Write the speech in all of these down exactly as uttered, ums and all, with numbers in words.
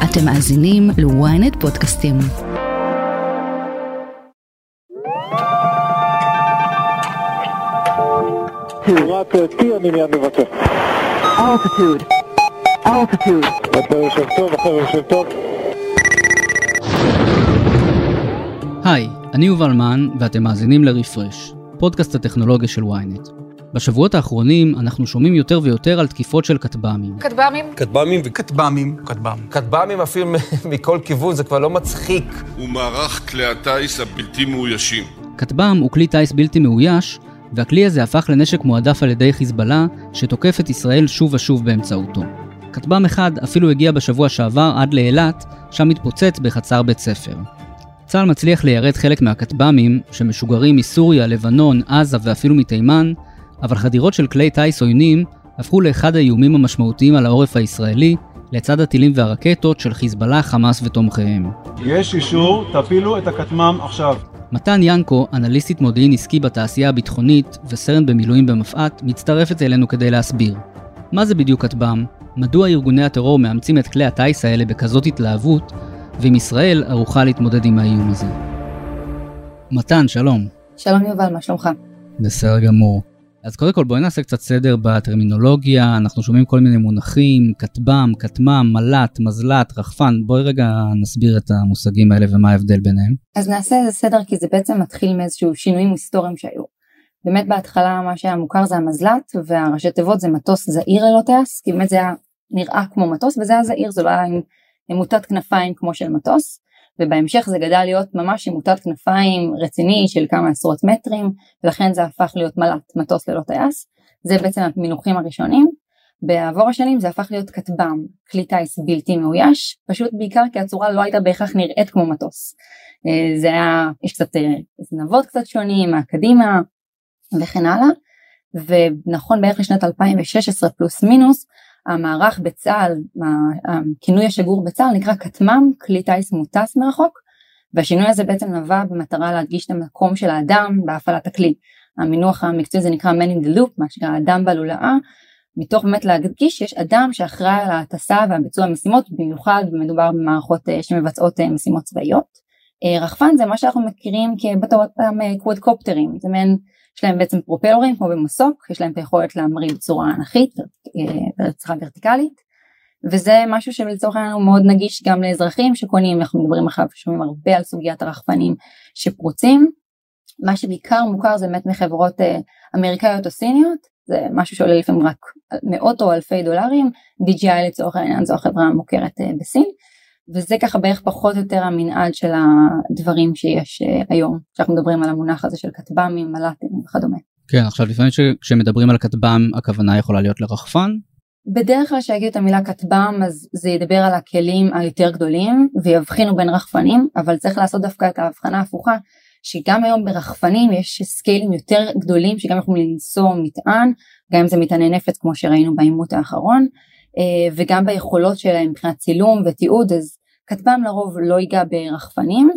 אתם מאזינים ל-ynet פודקאסטים. רק אותי אני מיד מבקר. Altitude. Altitude. אתה יושב טוב, אחר יושב טוב. היי, אני יובל מן ואתם מאזינים לרפרש, פודקאסט הטכנולוגיה של ynet. בשבועות האחרונים אנחנו שומעים יותר ויותר על תקיפות של כטב"מים. כטב"מים? כטב"מים וכטב"מים. כטב"ם. כטב"מים אפילו מכל כיוון, זה כבר לא מצחיק. הוא מערך כלי הטייס הבלתי מאוישים. כטב"ם הוא כלי טייס בלתי מאויש, והכלי הזה הפך לנשק מועדף על ידי חיזבאללה, שתוקף את ישראל שוב ושוב באמצעותו. כטב"ם אחד אפילו הגיע בשבוע שעבר עד לאילת, שם התפוצץ בחצר בית ספר. צה"ל מצליח ליירט חלק מהכטב"מים, שמשוגרים מסוריה, לבנון, עזה ואפילו מתימן, אבל חדירות של כלי טייס עוינים הפכו לאחד האיומים המשמעותיים על העורף הישראלי, לצד הטילים והרקטות של חיזבאללה, חמאס ותומכיהם. יש אישור, תפילו את הכטמ"ם עכשיו. מתן ינקו, אנליסטית מודיעין עסקי בתעשייה הביטחונית וסרן במילואים במפעת, מצטרפת אלינו כדי להסביר. מה זה בדיוק כטב"ם? מדוע ארגוני הטרור מאמצים את כלי הטייס האלה בכזאת התלהבות, ואם ישראל ערוכה להתמודד עם האיום הזה? מתן, שלום. שלום יובל, מה שלומך? בסדר גמור. אז קודם כל בואי נעשה קצת סדר בטרמינולוגיה, אנחנו שומעים כל מיני מונחים, כטב"ם, כטמ"ם, מל"ט, מזל"ט, רחפן, בואי רגע נסביר את המושגים האלה ומה ההבדל ביניהם. אז נעשה איזה סדר כי זה בעצם מתחיל מאיזשהו שינויים היסטוריים שהיו. באמת בהתחלה מה שהיה מוכר זה המזל"ט, והראשי תיבות זה מטוס זעיר ללא טייס, כי באמת זה היה נראה כמו מטוס, וזה היה זעיר, זה לא היה עם, עם מוטת כנפיים כמו של מטוס, ובהמשך זה גדל להיות ממש עם מוטת כנפיים רציני של כמה עשרות מטרים, ולכן זה הפך להיות מל"ט, מטוס ללא טייס. זה בעצם המינוחים הראשונים. בעבור השנים זה הפך להיות כטב"ם, כלי טייס בלתי מאויש, פשוט בעיקר כי הצורה לא הייתה בהכרח נראית כמו מטוס. זה היה, יש קצת זנבות קצת שונים, מהקדימה וכן הלאה, ונכון בערך לשנת אלפיים ושש עשרה פלוס מינוס, המערך בצה"ל, הכינוי השגור בצה"ל נקרא כטמ"ם, כלי טייס מוטס מרחוק, והשינוי הזה בעצם נבע במטרה להדגיש את המקום של האדם בהפעלת הכלי. המינוח המקצועי זה נקרא man in the loop, מה שנקרא אדם בלולאה, מתוך באמת להדגיש שיש אדם שאחראי על ההטסה והביצוע המשימות, במיוחד מדובר במערכות שמבצעות משימות צבאיות. רחפן זה מה שאנחנו מכירים כבתור קוואדקופטרים, זה מעין, יש להם בעצם פרופלורים כמו במסוק, יש להם את היכולת להמריא בצורה אנכית, בצורה ורטיקלית, וזה משהו שלצורך העניין הוא מאוד נגיש גם לאזרחים שקונים, אנחנו מדברים עכשיו, שומעים הרבה על סוגיית הרחפנים שפרוצים, מה שבעיקר מוכר זה באמת מחברות אמריקאיות או סיניות, זה משהו שעולה לפעמים רק מאות או אלפי דולרים, די ג'י איי לצורך העניין זו החברה המוכרת בסין, וזה ככה בערך פחות או יותר המנעד של הדברים שיש היום, שאנחנו מדברים על המונח הזה של כטב"מים, מל"טים וכדומה. כן, עכשיו לפעמים כשמדברים על כטב"ם, הכוונה יכולה להיות לרחפן? בדרך כלל שיגידו את המילה כטב"ם, אז זה ידבר על הכלים היותר גדולים, ויבחינו בין רחפנים, אבל צריך לעשות דווקא את ההבחנה ההפוכה, שגם היום ברחפנים יש סקיילים יותר גדולים, שגם יכולים לנסוע מטען, גם אם זה מטעני נפץ כמו שראינו בעימות האחרון, וגם ביכולות שלהם מבחינת צילום ותיעוד, אז כטב"ם לרוב לא ייגע ברחפנים.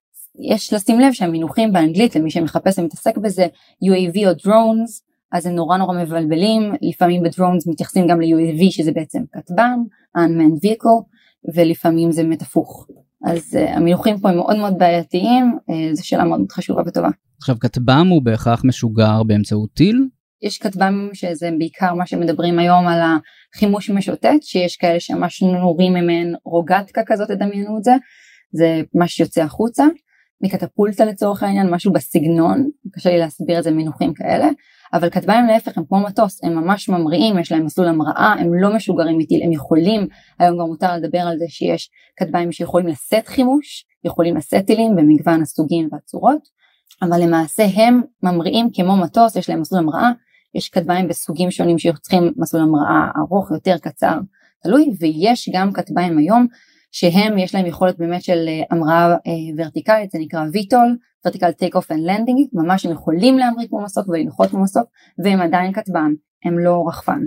יש לשים לב שהמינוחים באנגלית, למי שמחפש ומתעסק בזה, יו איי וי או drones, אז הם נורא נורא מבלבלים, לפעמים בדרונס מתייחסים גם ל-יו איי וי שזה בעצם כטב"ם, unmanned vehicle, ולפעמים זה באמת הפוך. אז uh, המינוחים פה הם מאוד מאוד בעייתיים, uh, זו שאלה מאוד חשובה וטובה. עכשיו כטב"ם הוא בהכרח משוגר באמצעות טיל? יש כטב"מים שזה בעיקר מה שמדברים היום על החימוש משוטט, שיש כאלה שממש נורים ממין רוגטקה כזאת, תדמיינו את זה, זה מה שיוצא החוצה, מקטפולטה לצורך העניין, משהו בסגנון, קשה לי להסביר את זה מינוחים כאלה, אבל כטב"מים להפך הם כמו מטוס, הם ממש ממריאים, יש להם מסלול המראה, הם לא משוגרים מטיל, הם יכולים, היום גם מותר לדבר על זה שיש כטב"מים שיכולים לשאת חימוש, יכולים לשאת טילים במגוון הסוגים והצורות, אבל למעשה הם ממריאים כמו מטוס, יש להם מסלול המראה, יש כטב"מים בסוגים שונים שצריכים מסלול המראה ארוך יותר קצר, תלוי, ויש גם כטב"מים היום שהם יש להם יכולת באמת של המראה אה, ורטיקלית, זה נקרא ויטול, ורטיקל טייק אוף אנד לנדינג, ממש הם יכולים להמריא כמו מסוק ולנחות כמו מסוק, והם עדיין כטב"ם, הם לא רחפן,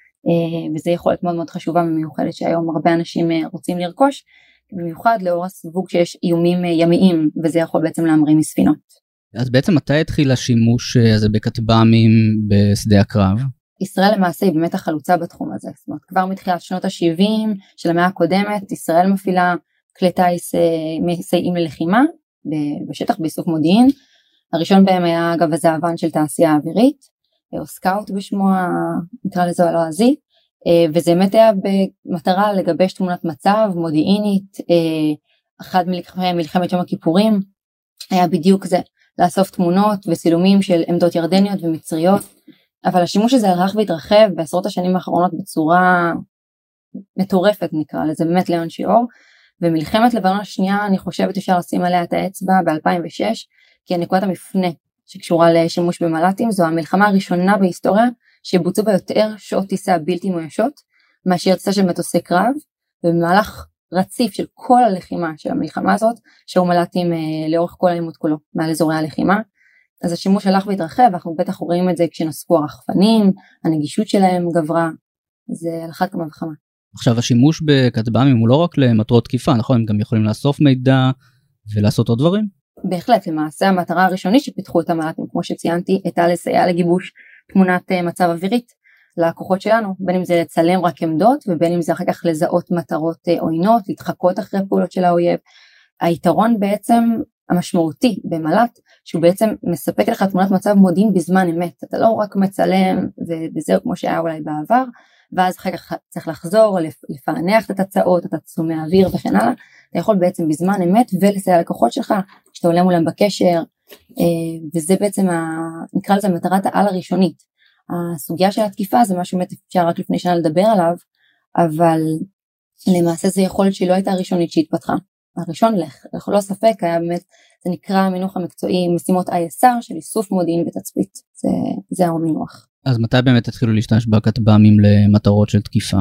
אה, וזה יכולת מאוד מאוד חשובה ומיוחדת שהיום הרבה אנשים אה, רוצים לרכוש, במיוחד לאור הסיווג שיש איומים אה, ימיים, וזה יכול בעצם להמריא מספינות. אז בעצם מתי התחיל השימוש הזה בכטב"מים בשדה הקרב? ישראל למעשה היא באמת החלוצה בתחום הזה, זאת אומרת כבר מתחילת שנות ה-שבעים של המאה הקודמת, ישראל מפעילה כלי טיס מסייעים ללחימה בשטח באיסוף מודיעין, הראשון בהם היה אגב הזהבן של תעשייה האווירית, או סקאוט בשמו, נקרא לזה הלועזי, וזה באמת היה במטרה לגבש תמונת מצב מודיעינית, אחד מלחמת יום הכיפורים, היה בדיוק זה, לאסוף תמונות וצילומים של עמדות ירדניות ומצריות, אבל השימוש הזה הלך והתרחב בעשרות השנים האחרונות בצורה מטורפת נקרא לזה, באמת לאין שיעור, ומלחמת לבנון השנייה אני חושבת אפשר לשים עליה את האצבע ב-אלפיים ושש, כי נקודת המפנה שקשורה לשימוש במל"טים, זו המלחמה הראשונה בהיסטוריה שבוצעו בה יותר שעות טיסה בלתי מאוישות, מאשר טיסה של מטוסי קרב, ובמהלך רציף של כל הלחימה של המלחמה הזאת, שהיו מל"טים אה, לאורך כל העימות כולו, מעל אזורי הלחימה, אז השימוש הלך והתרחב, אנחנו בטח רואים את זה כשנוסקו הרחפנים, הנגישות שלהם גברה, זה על אחת כמה וכמה. עכשיו השימוש בכטב"מים הוא לא רק למטרות תקיפה, נכון? הם גם יכולים לאסוף מידע ולעשות עוד דברים? בהחלט, למעשה המטרה הראשונית שפיתחו את המל"טים, כמו שציינתי, הייתה לסייע לגיבוש תמונת מצב אווירית לכוחות שלנו, בין אם זה לצלם רק עמדות, ובין אם זה אחר כך לזהות מטרות עוינות, להתחקות אחרי פעולות של האויב. היתרון בעצם המשמעותי במל"ט, שהוא בעצם מספק לך תמונת מצב מודיעין בזמן אמת, אתה לא רק מצלם וזהו כמו שהיה אולי בעבר, ואז אחר כך צריך לחזור, לפענח את התצאות, את תצלומי האוויר וכן הלאה, אתה יכול בעצם בזמן אמת ולסייע לכוחות שלך, כשאתה עולה מולם בקשר, וזה בעצם, נקרא לזה מטרת העל הראשונית. הסוגיה של התקיפה זה משהו באמת אפשר רק לפני שנה לדבר עליו, אבל למעשה זה יכולת שהיא לא הייתה הראשונית שהתפתחה. הראשון, ללא ספק, היה באמת, זה נקרא המינוח המקצועי משימות איי אס אר של איסוף מודיעין ותצפית, זה, זה המינוח. אז מתי באמת התחילו להשתמש בכטב"מים למטרות של תקיפה?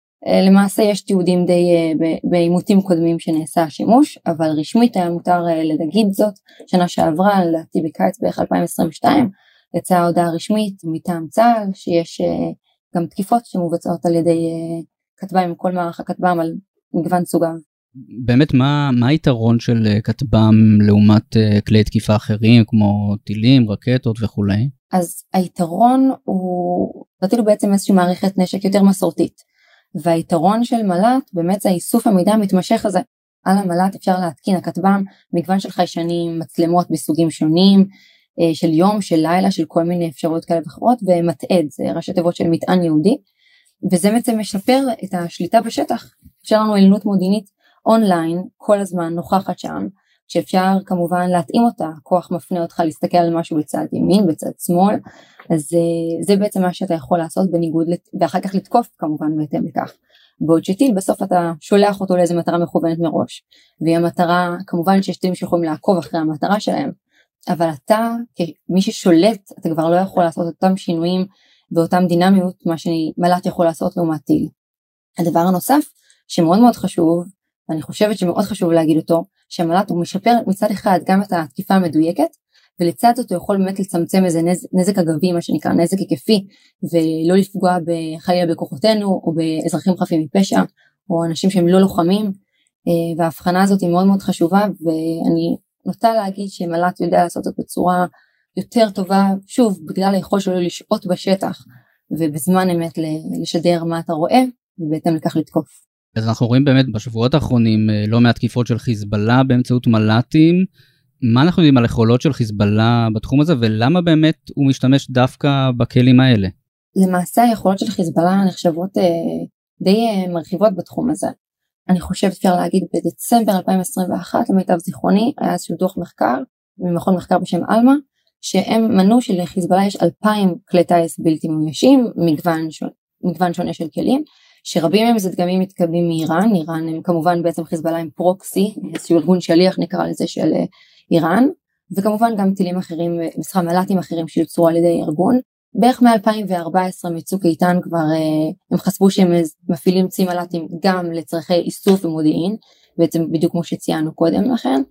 למעשה יש תיעודים די בעימותים קודמים שנעשה השימוש, אבל רשמית היה מותר להגיד זאת, שנה שעברה, לדעתי בקיץ בערך אלפיים עשרים ושתיים, יצאה ההודעה רשמית מטעם צה"ל, שיש גם תקיפות שמובצעות על ידי כטב"ם, כל מערך הכטב"ם על מגוון סוגיו. באמת מה, מה היתרון של כטב"ם לעומת כלי תקיפה אחרים, כמו טילים, רקטות וכולי? אז היתרון הוא, רצינו בעצם איזושהי מערכת נשק יותר מסורתית, והיתרון של מל"ט באמת זה האיסוף המידע המתמשך הזה. על המל"ט אפשר להתקין הכטב"ם מגוון של חיישנים, מצלמות בסוגים שונים, של יום, של לילה, של כל מיני אפשרויות כאלה ואחרות, ומתעד, זה ראשי תיבות של מטען יהודי, וזה בעצם משפר את השליטה בשטח. אפשר לנו עליונות מודיעינית אונליין, כל הזמן נוכחת שם, שאפשר כמובן להתאים אותה, הכוח מפנה אותך להסתכל על משהו בצד ימין, בצד שמאל, אז זה, זה בעצם מה שאתה יכול לעשות בניגוד, ואחר כך לתקוף כמובן בהתאם לכך. בעוד שטיל, בסוף אתה שולח אותו לאיזו מטרה מכוונת מראש, והיא המטרה, כמובן שיש טילים שיכולים לעקוב אחרי המטרה שלהם, אבל אתה, כמי ששולט, אתה כבר לא יכול לעשות אותם שינויים, ואותם דינמיות, מה שמל"ט יכול לעשות לעומת טיל. הדבר הנוסף, שמאוד מאוד חשוב, ואני חושבת שמאוד חשוב להגיד אותו, שהמל"ט הוא משפר מצד אחד גם את התקיפה המדויקת, ולצד זאת הוא יכול באמת לצמצם איזה נז, נזק אגבי, מה שנקרא נזק היקפי, ולא לפגוע חלילה בכוחותינו, או באזרחים חפים מפשע, או אנשים שהם לא לוחמים, וההבחנה הזאת היא מאוד מאוד חשובה, ואני נוטה להגיד שמל"ט יודע לעשות זאת בצורה יותר טובה, שוב, בגלל היכול שלו לשעות בשטח, ובזמן אמת לשדר מה אתה רואה, ובהתאם לכך לתקוף. אז אנחנו רואים באמת בשבועות האחרונים לא מעט תקיפות של חיזבאללה באמצעות מל"טים. מה אנחנו יודעים על יכולות של חיזבאללה בתחום הזה, ולמה באמת הוא משתמש דווקא בכלים האלה? למעשה היכולות של חיזבאללה נחשבות אה, די אה, מרחיבות בתחום הזה. אני חושבת אפשר להגיד בדצמבר אלפיים עשרים ואחת, למיטב זיכרוני, היה איזשהו דוח מחקר, ממכון מחקר בשם אלמה, שהם מנו שלחיזבאללה יש אלפיים כלי טיס בלתי מאוישים, מגוון, שונה, מגוון שונה של כלים, שרבים מהם זה דגמים מתקבלים מאיראן, איראן הם כמובן בעצם חיזבאללה עם פרוקסי, איזשהו ארגון שליח נקרא לזה של איראן, וכמובן גם טילים אחרים, מסחר מל"טים אחרים שיוצרו על ידי ארגון. בערך מ-אלפיים וארבע עשרה מצוק איתן כבר הם חשפו שהם מפעילים צי מל"טים גם לצרכי איסוף ומודיעין, בעצם בדיוק כמו שציינו קודם לכן,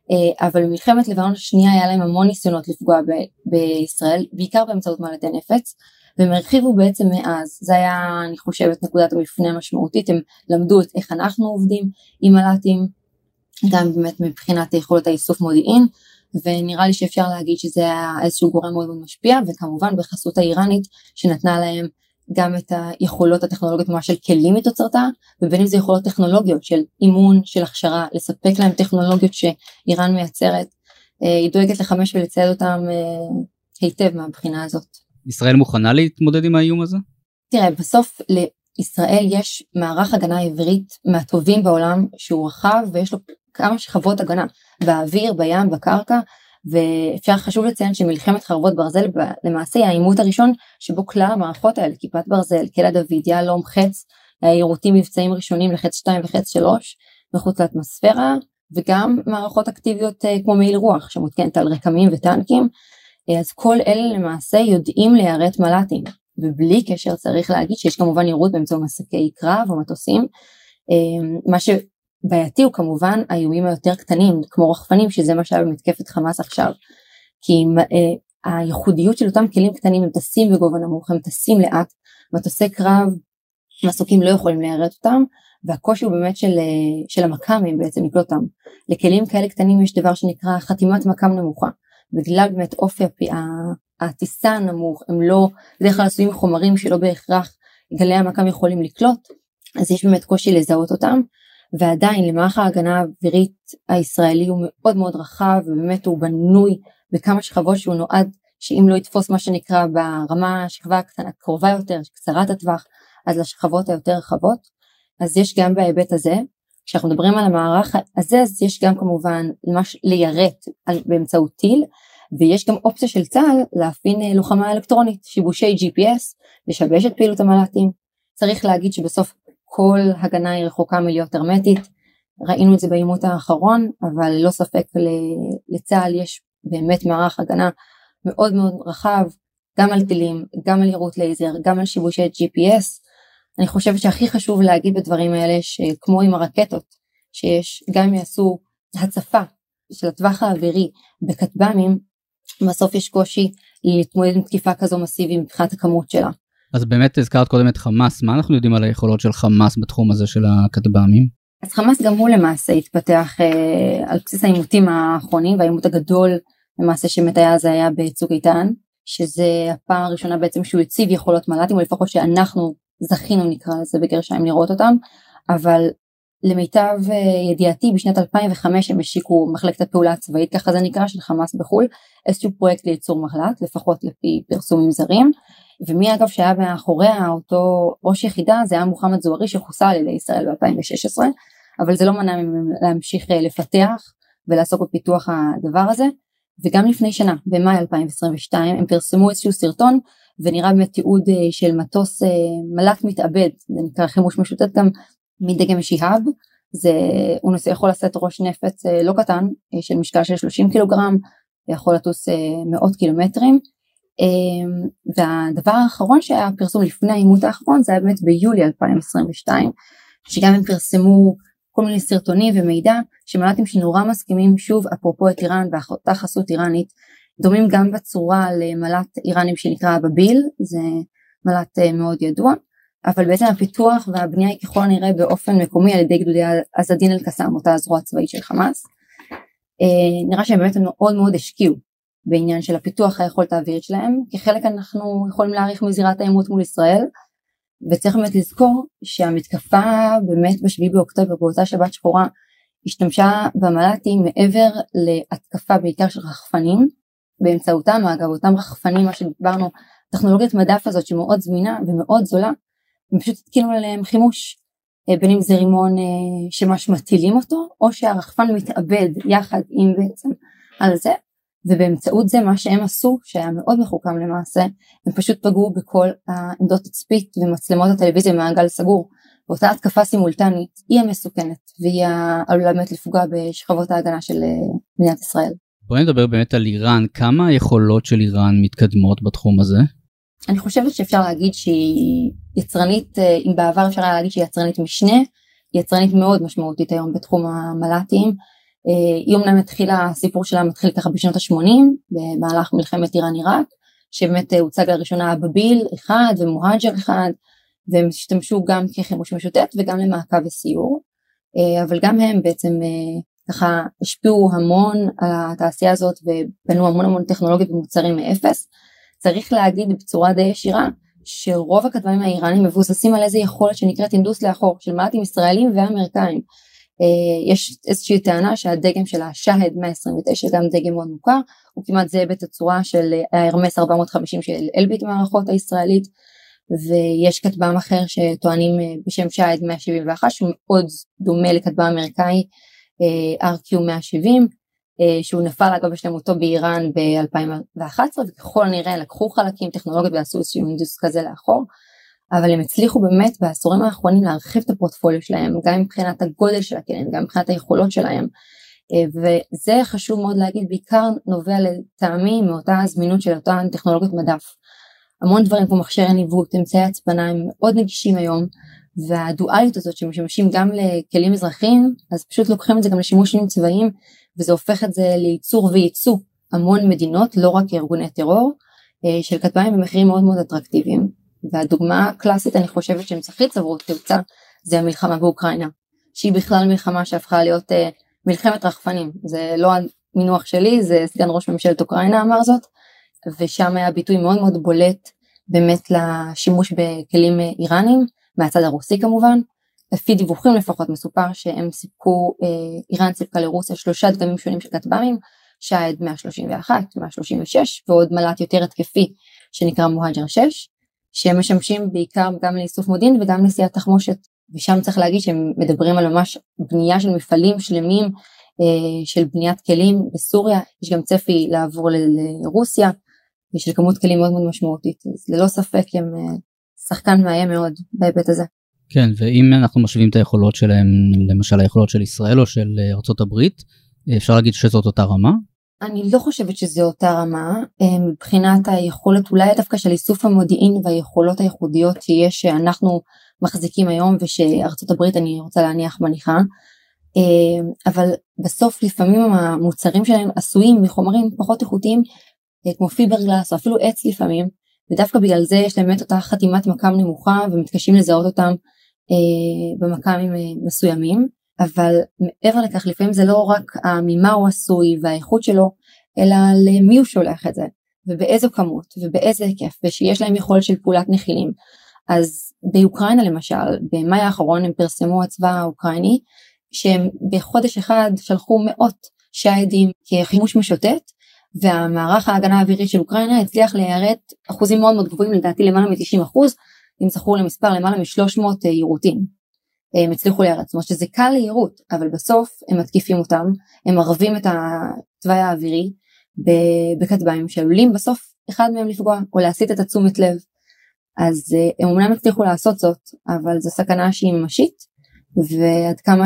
אבל במלחמת לבנון השנייה היה להם המון ניסיונות לפגוע ב- בישראל, בעיקר באמצעות מל"טי נפץ, והם הרחיבו בעצם מאז, זה היה אני חושבת נקודת המפנה המשמעותית, הם למדו את איך אנחנו עובדים עם מל"טים, גם באמת מבחינת יכולת האיסוף מודיעין, ונראה לי שאפשר להגיד שזה היה איזשהו גורם מאוד מאוד משפיע, וכמובן בחסות האיראנית שנתנה להם גם את היכולות הטכנולוגיות מה של כלים מתוצרתה, ובין אם זה יכולות טכנולוגיות של אימון, של הכשרה, לספק להם טכנולוגיות שאיראן מייצרת, היא דואגת לחמש ולצייד אותם היטב מהבחינה הזאת. ישראל מוכנה להתמודד עם האיום הזה? תראה, בסוף לישראל יש מערך הגנה עברית מהטובים בעולם, שהוא רחב ויש לו כמה שכבות הגנה, באוויר, בים, בקרקע, ואפשר חשוב לציין שמלחמת חרבות ברזל למעשה היא העימות הראשון שבו כלל המערכות האלה, כיפת ברזל, קלע דוד, יהלום, חץ, יירוטים מבצעים ראשונים לחץ שתיים וחץ שלוש מחוץ לאטמוספירה, וגם מערכות אקטיביות כמו מעיל רוח שמותקנת על רקמים וטנקים, אז כל אלה למעשה יודעים ליירט מל"טים, ובלי קשר צריך להגיד שיש כמובן יירוט באמצעות מסוקי קרב או מטוסים, מה ש... בעייתי הוא כמובן האיומים היותר קטנים, כמו רחפנים, שזה מה שהיה במתקפת חמאס עכשיו, כי אה, הייחודיות של אותם כלים קטנים, הם טסים בגובה נמוך, הם טסים לאט, מטוסי קרב, מסוקים לא יכולים ליירט אותם, והקושי הוא באמת של, של המקמים בעצם לקלוט אותם. לכלים כאלה קטנים יש דבר שנקרא חתימת מקם נמוכה, בגלל באמת אופי הטיסה הנמוך, הם לא בדרך כלל עשויים חומרים שלא בהכרח גלי המקם יכולים לקלוט, אז יש באמת קושי לזהות אותם, ועדיין למערך ההגנה האווירית הישראלי הוא מאוד מאוד רחב, ובאמת הוא בנוי בכמה שכבות שהוא נועד, שאם לא יתפוס מה שנקרא ברמה השכבה הקטנה, קרובה יותר, קצרת הטווח, אז לשכבות היותר רחבות, אז יש גם בהיבט הזה, כשאנחנו מדברים על המערך הזה, אז יש גם כמובן ממש ליירט באמצעות טיל, ויש גם אופציה של צה"ל להפעיל לוחמה אלקטרונית, שיבושי ג'י פי אס, לשבש את פעילות המל"טים. צריך להגיד שבסוף כל הגנה היא רחוקה מלהיות הרמטית, ראינו את זה בעימות האחרון, אבל לא ספק לצה"ל יש באמת מערך הגנה מאוד מאוד רחב, גם על טילים, גם על יירוט לייזר, גם על שיבושי ג'י פי אס. אני חושבת שהכי חשוב להגיד בדברים האלה, שכמו עם הרקטות, שיש גם אם יעשו הצפה של הטווח האווירי בכטב"מים, בסוף יש קושי להתמודד עם תקיפה כזו מסיבית מבחינת הכמות שלה. אז באמת הזכרת קודם את חמאס, מה אנחנו יודעים על היכולות של חמאס בתחום הזה של הכטב"מים? אז חמאס גם הוא למעשה התפתח אה, על בסיס העימותים האחרונים, והעימות הגדול למעשה שבאמת היה זה היה בצוק איתן, שזה הפעם הראשונה בעצם שהוא הציב יכולות מל"טים, או לפחות שאנחנו זכינו נקרא לזה בגרשיים לראות אותם, אבל למיטב ידיעתי בשנת אלפיים וחמש הם השיקו מחלקת הפעולה הצבאית, ככה זה נקרא, של חמאס בחול, איזשהו פרויקט לייצור מחל"ט, לפחות לפי פרסומים זרים, ומי אגב שהיה מאחוריה אותו ראש יחידה, זה היה מוחמד זוהרי שחוסל על ידי ישראל ב-אלפיים ושש עשרה, אבל זה לא מנע להמשיך לפתח ולעסוק בפיתוח הדבר הזה, וגם לפני שנה, במאי אלפיים עשרים ושתיים, הם פרסמו איזשהו סרטון, ונראה באמת תיעוד של מטוס מל"ט מתאבד, זה נקרא חימוש משוטט גם מדגם שיהאב, זה, הוא נושא, יכול לשאת ראש נפץ לא קטן, של משקל של שלושים קילוגרם, ויכול לטוס מאות קילומטרים, והדבר האחרון שהיה פרסום לפני העימות האחרון, זה היה באמת ביולי אלפיים עשרים ושתיים, שגם הם פרסמו כל מיני סרטונים ומידע, שמל"טים שנורא מסכימים שוב, אפרופו את איראן ואחותה חסות איראנית, דומים גם בצורה למל"ט איראנים שנקרא בביל, זה מל"ט מאוד ידוע, אבל בעצם הפיתוח והבנייה היא ככל הנראה באופן מקומי על ידי גדודי עז-א-דין אל-קסאם, אותה הזרוע הצבאית של חמאס. נראה שהם באמת מאוד מאוד השקיעו בעניין של הפיתוח היכולת האווירית שלהם, כי חלק אנחנו יכולים להעריך מזירת העימות מול ישראל, וצריך באמת לזכור שהמתקפה באמת בשביעי באוקטובר באותה שבת שחורה, השתמשה במל"טים מעבר להתקפה בעיקר של רחפנים, באמצעותם אגב אותם רחפנים, מה שדיברנו, טכנולוגיית מדף הזאת שמאוד זמינה ומאוד זולה, הם פשוט התקינו עליהם חימוש, בין אם זה רימון שמש מטילים אותו, או שהרחפן מתאבד יחד עם בעצם על זה, ובאמצעות זה מה שהם עשו, שהיה מאוד מחוכם למעשה, הם פשוט פגעו בכל העמדות תצפית ומצלמות הטלוויזיה מעגל סגור, ואותה התקפה סימולטנית היא המסוכנת, והיא עלולה באמת לפגוע בשכבות ההגנה של מדינת ישראל. בואי נדבר באמת על איראן, כמה היכולות של איראן מתקדמות בתחום הזה? אני חושבת שאפשר להגיד שהיא יצרנית, אם בעבר אפשר להגיד שהיא יצרנית משנה, היא יצרנית מאוד משמעותית היום בתחום המל"טים, היא אומנם התחילה, הסיפור שלה מתחיל ככה בשנות ה-שמונים, במהלך מלחמת איראן עיראק, שבאמת הוצג לראשונה בביל אחד ומוהג'ר אחד, והם השתמשו גם כחימוש משוטט וגם למעקב וסיור, אבל גם הם בעצם ככה השפיעו המון על התעשייה הזאת, ובנו המון המון טכנולוגיות ומוצרים מאפס. צריך להגיד בצורה די ישירה, שרוב הכטב"מים האיראנים מבוססים על איזה יכולת שנקראת אינדוס לאחור, של מל"טים ישראלים ואמריקאים. יש איזושהי טענה שהדגם של השהד מאה עשרים ותשע, גם דגם מאוד מוכר, הוא כמעט זהה בתצורה של ההרמס ארבע מאות וחמישים של אלביט מערכות הישראלית, ויש כטב"ם אחר שטוענים בשם שהד מאה שבעים ואחת, שהוא מאוד דומה לכטב"ם אמריקאי אר קיו מאה שבעים, שהוא נפל אגב בשלמותו באיראן ב-אלפיים ואחת עשרה, וככל הנראה לקחו חלקים טכנולוגיות ועשו איזשהו אינדוס כזה לאחור, אבל הם הצליחו באמת בעשורים האחרונים להרחיב את הפורטפוליו שלהם, גם מבחינת הגודל של הכלים, גם מבחינת היכולות שלהם, וזה חשוב מאוד להגיד, בעיקר נובע לטעמי מאותה הזמינות של אותן טכנולוגיות מדף. המון דברים כמו מכשיר הניווט, אמצעי הצפנה, הם מאוד נגישים היום, והדואליות הזאת שמשמשים גם לכלים אזרחיים, אז פשוט לוקחים את זה גם לשימושים צבאיים, וזה הופך את זה לייצור וייצוא המון מדינות, לא רק ארגוני טרור, של כטב"מים במחירים מאוד מאוד אטרקטיביים. והדוגמה הקלאסית, אני חושבת שהם צריכים לצבור תאוצה, זה המלחמה באוקראינה, שהיא בכלל מלחמה שהפכה להיות uh, מלחמת רחפנים. זה לא המינוח שלי, זה סגן ראש ממשלת אוקראינה אמר זאת, ושם היה ביטוי מאוד מאוד בולט באמת לשימוש בכלים איראנים, מהצד הרוסי כמובן. לפי דיווחים לפחות מסופר שהם סיפקו, איראן סיפקה לרוסיה שלושה דגמים שונים של כטב"מים, שהד מאה שלושים ואחת, מאה שלושים ושש, ועוד מל"ט יותר התקפי שנקרא מוהג'ר שש, שהם משמשים בעיקר גם לאיסוף מודיעין וגם לנשיאת תחמושת, ושם צריך להגיד שהם מדברים על ממש בנייה של מפעלים שלמים, של בניית כלים בסוריה, יש גם צפי לעבור לרוסיה, של כמות כלים מאוד מאוד משמעותית, אז ללא ספק הם שחקן מאיים מאוד בהיבט הזה. כן, ואם אנחנו משווים את היכולות שלהם, למשל היכולות של ישראל או של ארצות הברית, אפשר להגיד שזאת אותה רמה? אני לא חושבת שזו אותה רמה, מבחינת היכולת אולי דווקא של איסוף המודיעין והיכולות הייחודיות שיש שאנחנו מחזיקים היום ושארצות הברית אני רוצה להניח מניחה, אבל בסוף לפעמים המוצרים שלהם עשויים מחומרים פחות איכותיים, כמו פיברגלס או אפילו עץ לפעמים, ודווקא בגלל זה יש להם באמת אותה חתימת מקם נמוכה ומתקשים לזהות אותם במקמים מסוימים. אבל מעבר לכך לפעמים זה לא רק ממה הוא עשוי והאיכות שלו, אלא למי הוא שולח את זה, ובאיזו כמות, ובאיזה היקף, ושיש להם יכולת של פעולת נחילים. אז באוקראינה למשל, במאי האחרון הם פרסמו הצבא האוקראיני, שהם בחודש אחד שלחו מאות שהדים כחימוש משוטט, והמערך ההגנה האווירית של אוקראינה הצליח להיערת אחוזים מאוד מאוד גבוהים, לדעתי למעלה מ-תשעים אחוז, אם זכרו למספר למעלה מ-שלוש מאות יירוטים. הם הצליחו להיערך, זאת אומרת שזה קל להירות, אבל בסוף הם מתקיפים אותם, הם ערבים את התוואי האווירי בכטב"מים שעלולים בסוף אחד מהם לפגוע או להסיט את התשומת לב, אז הם אומנם הצליחו לעשות זאת, אבל זו סכנה שהיא ממשית, ועד כמה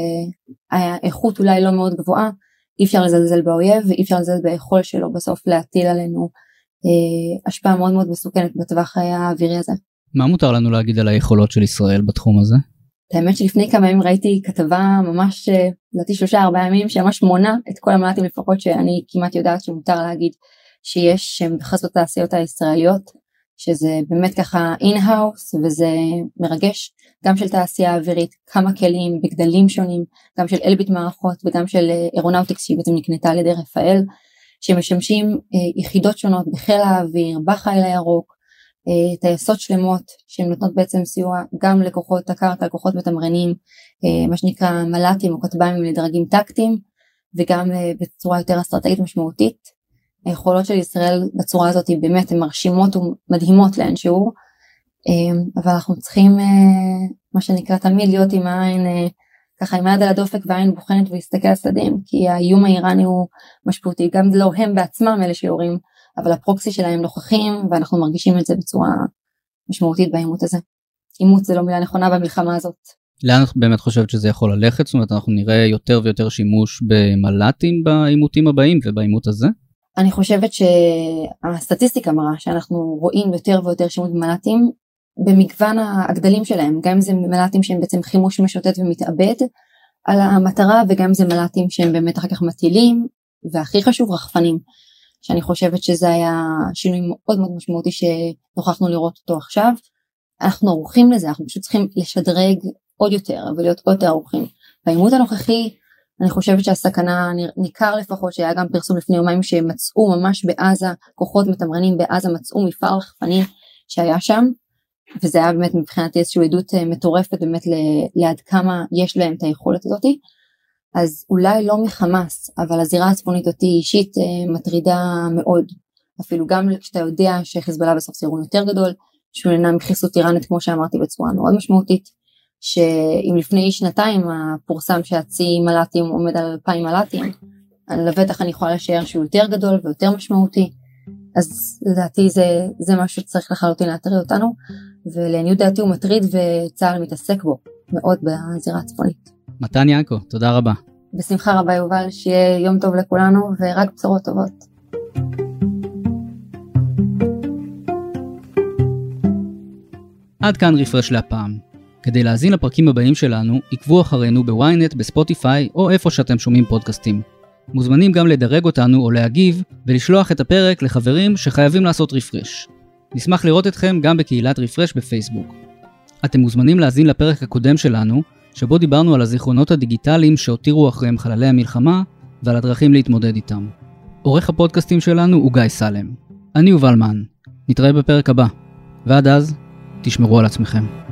שהאיכות אולי לא מאוד גבוהה, אי אפשר לזלזל באויב ואי אפשר לזלזל ביכולת שלו בסוף להטיל עלינו אה, השפעה מאוד מאוד מסוכנת בטווח האווירי הזה. מה מותר לנו להגיד על היכולות של ישראל בתחום הזה? האמת שלפני כמה ימים ראיתי כתבה ממש, לדעתי שלושה ארבעה ימים, שממש מונה את כל המל"טים לפחות שאני כמעט יודעת שמותר להגיד שיש שהם בחסות התעשיות הישראליות, שזה באמת ככה אין-האוס וזה מרגש, גם של תעשייה אווירית, כמה כלים בגדלים שונים, גם של אלביט מערכות וגם של אירונאוטיקס שהיא בעצם נקנתה על ידי רפאל, שמשמשים יחידות שונות בחיל האוויר, בחיל הירוק, טייסות שלמות שהן נותנות בעצם סיוע גם לכוחות הקרקע, לכוחות מתמרנים, מה שנקרא מל"טים או כטב"מים לדרגים טקטיים, וגם בצורה יותר אסטרטגית משמעותית. היכולות של ישראל בצורה הזאת באמת הן מרשימות ומדהימות לאן שהוא, אבל אנחנו צריכים מה שנקרא תמיד להיות עם העין, ככה עם היד על הדופק והעין בוחנת ולהסתכל על צדדים, כי האיום האיראני הוא משמעותי, גם לא הם בעצמם אלה שיורים, אבל הפרוקסי שלהם נוכחים, ואנחנו מרגישים את זה בצורה משמעותית באימות הזה. אימות זה לא מילה נכונה במלחמה הזאת. לאן את באמת חושבת שזה יכול ללכת? זאת אומרת, אנחנו נראה יותר ויותר שימוש במל"טים באימותים הבאים ובאימות הזה? אני חושבת שהסטטיסטיקה מראה שאנחנו רואים יותר ויותר שימוש במל"טים, במגוון הגדלים שלהם, גם אם זה מל"טים שהם בעצם חימוש משוטט ומתאבד על המטרה, וגם אם זה מל"טים שהם באמת אחר כך מטילים, והכי חשוב רחפנים. שאני חושבת שזה היה שינוי מאוד מאוד משמעותי שנוכחנו לראות אותו עכשיו. אנחנו ערוכים לזה, אנחנו פשוט צריכים לשדרג עוד יותר ולהיות עוד יותר ערוכים. באימות הנוכחי אני חושבת שהסכנה ניכר לפחות, שהיה גם פרסום לפני יומיים שמצאו ממש בעזה, כוחות מתמרנים בעזה מצאו מפעל רחפנים שהיה שם, וזה היה באמת מבחינתי איזושהי עדות מטורפת באמת ליד כמה יש להם את היכולת הזאת. אז אולי לא מחמאס, אבל הזירה הצפונית אותי אישית מטרידה מאוד, אפילו גם כשאתה יודע שחיזבאללה בסוף זה ארגון יותר גדול, שהוא נהנה מחיסות איראנית כמו שאמרתי בצורה מאוד משמעותית, שאם לפני שנתיים הפורסם שהצי מל"טים עומד על אלפיים מל"טים, לבטח אני יכולה לשער שהוא יותר גדול ויותר משמעותי, אז לדעתי זה, זה משהו שצריך לחלוטין להטריד אותנו, ולעניות דעתי הוא מטריד וצה"ל מתעסק בו מאוד בזירה הצפונית. מתן ינקו, תודה רבה. בשמחה רבה יובל, שיהיה יום טוב לכולנו ורק בשורות טובות. עד כאן רפרש להפעם. כדי להאזין לפרקים הבאים שלנו, עקבו אחרינו בוויינט, בספוטיפיי או איפה שאתם שומעים פודקאסטים. מוזמנים גם לדרג אותנו או להגיב ולשלוח את הפרק לחברים שחייבים לעשות רפרש. נשמח לראות אתכם גם בקהילת רפרש בפייסבוק. אתם מוזמנים להאזין לפרק הקודם שלנו, שבו דיברנו על הזיכרונות הדיגיטליים שהותירו אחריהם חללי המלחמה ועל הדרכים להתמודד איתם. עורך הפודקאסטים שלנו הוא גיא סלם. אני יובל מן. נתראה בפרק הבא. ועד אז, תשמרו על עצמכם.